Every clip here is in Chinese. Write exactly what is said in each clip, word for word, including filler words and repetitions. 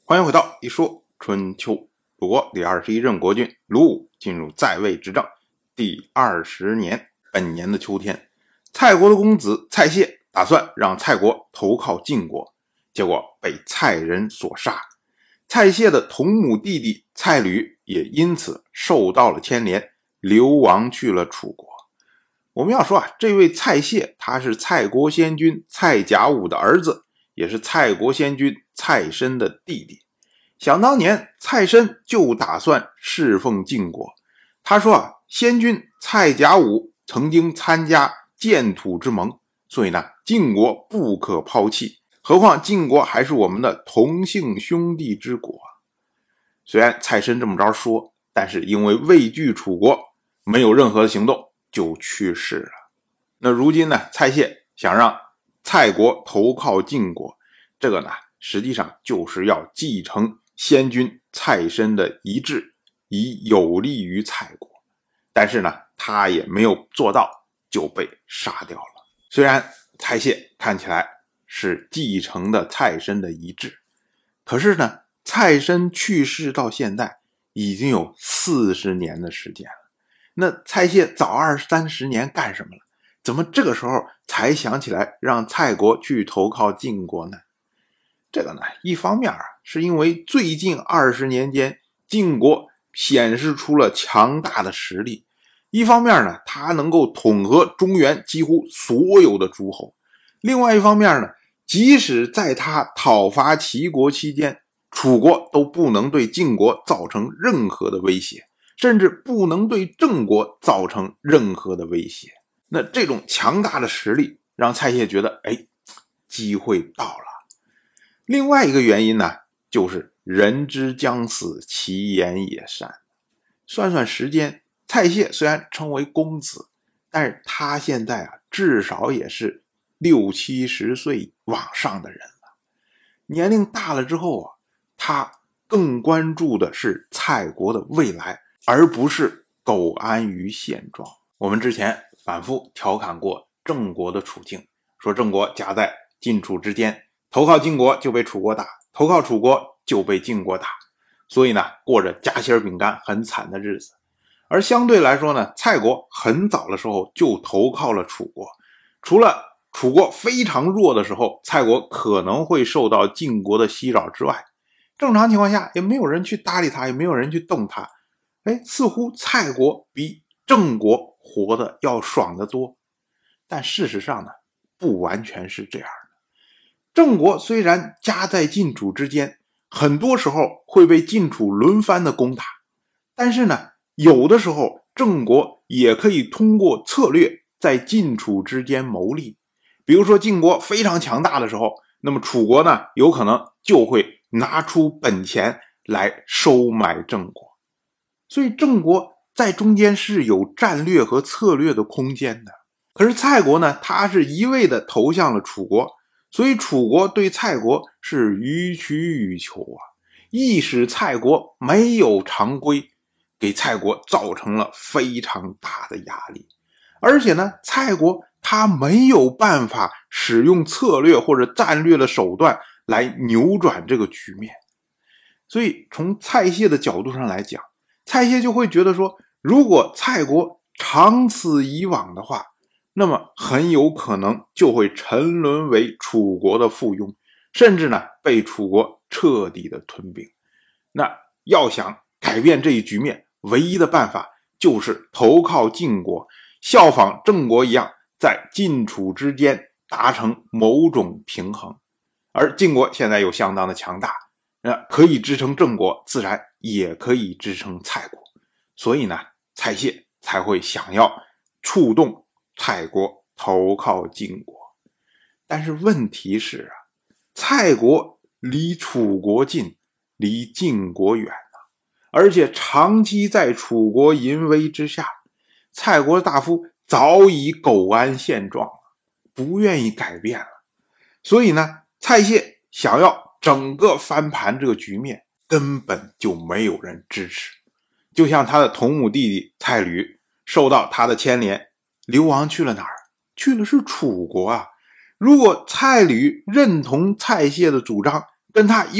欢迎回到一说春秋。鲁国第二十一任国君鲁武进入在位执政第二十年，本年的秋天，蔡国的公子蔡谢打算让蔡国投靠晋国，结果被蔡人所杀。蔡谢的同母弟弟蔡吕也因此受到了牵连，流亡去了楚国。我们要说啊，这位蔡谢他是蔡国先君蔡甲午的儿子，也是蔡国先君蔡申的弟弟。想当年蔡申就打算侍奉晋国，他说啊，先君蔡甲午曾经参加建土之盟，所以呢，晋国不可抛弃，何况晋国还是我们的同姓兄弟之国。虽然蔡申这么着说，但是因为畏惧楚国，没有任何的行动就去世了。那如今呢，蔡谢想让蔡国投靠晋国，这个呢实际上就是要继承先君蔡申的遗志，以有利于蔡国。但是呢，他也没有做到，就被杀掉了。虽然蔡谢看起来是继承的蔡申的遗志，可是呢，蔡申去世到现在已经有四十年的时间了。那蔡谢早二三十年干什么了？怎么这个时候才想起来让蔡国去投靠晋国呢？这个呢，一方面啊，是因为最近二十年间晋国显示出了强大的实力，一方面呢，他能够统合中原几乎所有的诸侯，另外一方面呢，即使在他讨伐齐国期间，楚国都不能对晋国造成任何的威胁，甚至不能对郑国造成任何的威胁。那这种强大的实力让蔡谢觉得，哎，机会到了。另外一个原因呢，就是人之将死，其言也善。算算时间，蔡谢虽然称为公子，但是他现在啊，至少也是六七十岁往上的人了。年龄大了之后啊，他更关注的是蔡国的未来，而不是苟安于现状。我们之前反复调侃过郑国的处境，说郑国夹在晋楚之间，投靠晋国就被楚国打，投靠楚国就被晋国打，所以呢，过着夹心饼干很惨的日子。而相对来说呢，蔡国很早的时候就投靠了楚国，除了楚国非常弱的时候，蔡国可能会受到晋国的袭扰之外，正常情况下也没有人去搭理他，也没有人去动他。哎，似乎蔡国比郑国活得要爽得多。但事实上呢，不完全是这样的。郑国虽然夹在晋楚之间，很多时候会被晋楚轮番的攻打，但是呢，有的时候郑国也可以通过策略在晋楚之间谋利。比如说晋国非常强大的时候，那么楚国呢，有可能就会拿出本钱来收买郑国。所以郑国在中间是有战略和策略的空间的。可是蔡国呢，他是一味的投向了楚国，所以楚国对蔡国是予取予求啊，亦使蔡国没有常规，给蔡国造成了非常大的压力。而且呢，蔡国他没有办法使用策略或者战略的手段来扭转这个局面。所以从蔡谢的角度上来讲，蔡谢就会觉得说，如果蔡国长此以往的话，那么很有可能就会沉沦为楚国的附庸，甚至呢被楚国彻底的吞并。那要想改变这一局面，唯一的办法就是投靠晋国，效仿郑国一样，在晋楚之间达成某种平衡。而晋国现在又相当的强大，那可以支撑郑国，自然也可以支撑蔡国。所以呢，蔡谢才会想要触动蔡国投靠晋国。但是问题是啊，蔡国离楚国近，离晋国远啊，而且长期在楚国淫威之下，蔡国大夫早已苟安现状了，不愿意改变了。所以呢，蔡谢想要整个翻盘这个局面，根本就没有人支持。就像他的同母弟弟蔡吕受到他的牵连，流亡去了哪儿？去的是楚国啊。如果蔡吕认同蔡谢的主张，跟他一块儿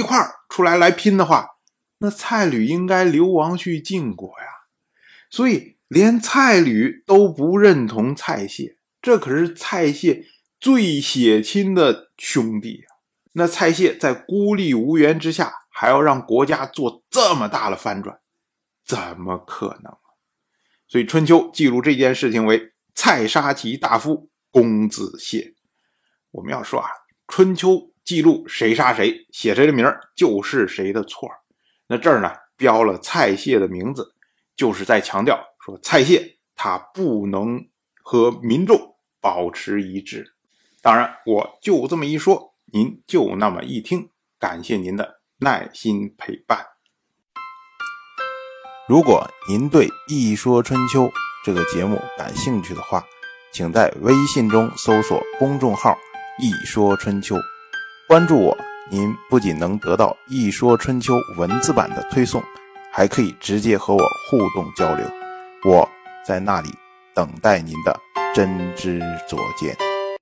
出来来拼的话，那蔡吕应该流亡去晋国呀。所以连蔡吕都不认同蔡燮，这可是蔡燮最血亲的兄弟啊。那蔡燮在孤立无援之下，还要让国家做这么大的翻转，怎么可能啊？所以春秋记录这件事情为蔡杀其大夫公子燮。我们要说啊，春秋记录谁杀谁，写谁的名就是谁的错。那这儿呢标了蔡燮的名字，就是在强调说蔡燮他不能和民众保持一致。当然我就这么一说，您就那么一听，感谢您的耐心陪伴。如果您对《一说春秋》这个节目感兴趣的话，请在微信中搜索公众号一说春秋，关注我，您不仅能得到一说春秋文字版的推送，还可以直接和我互动交流，我在那里等待您的真知灼见。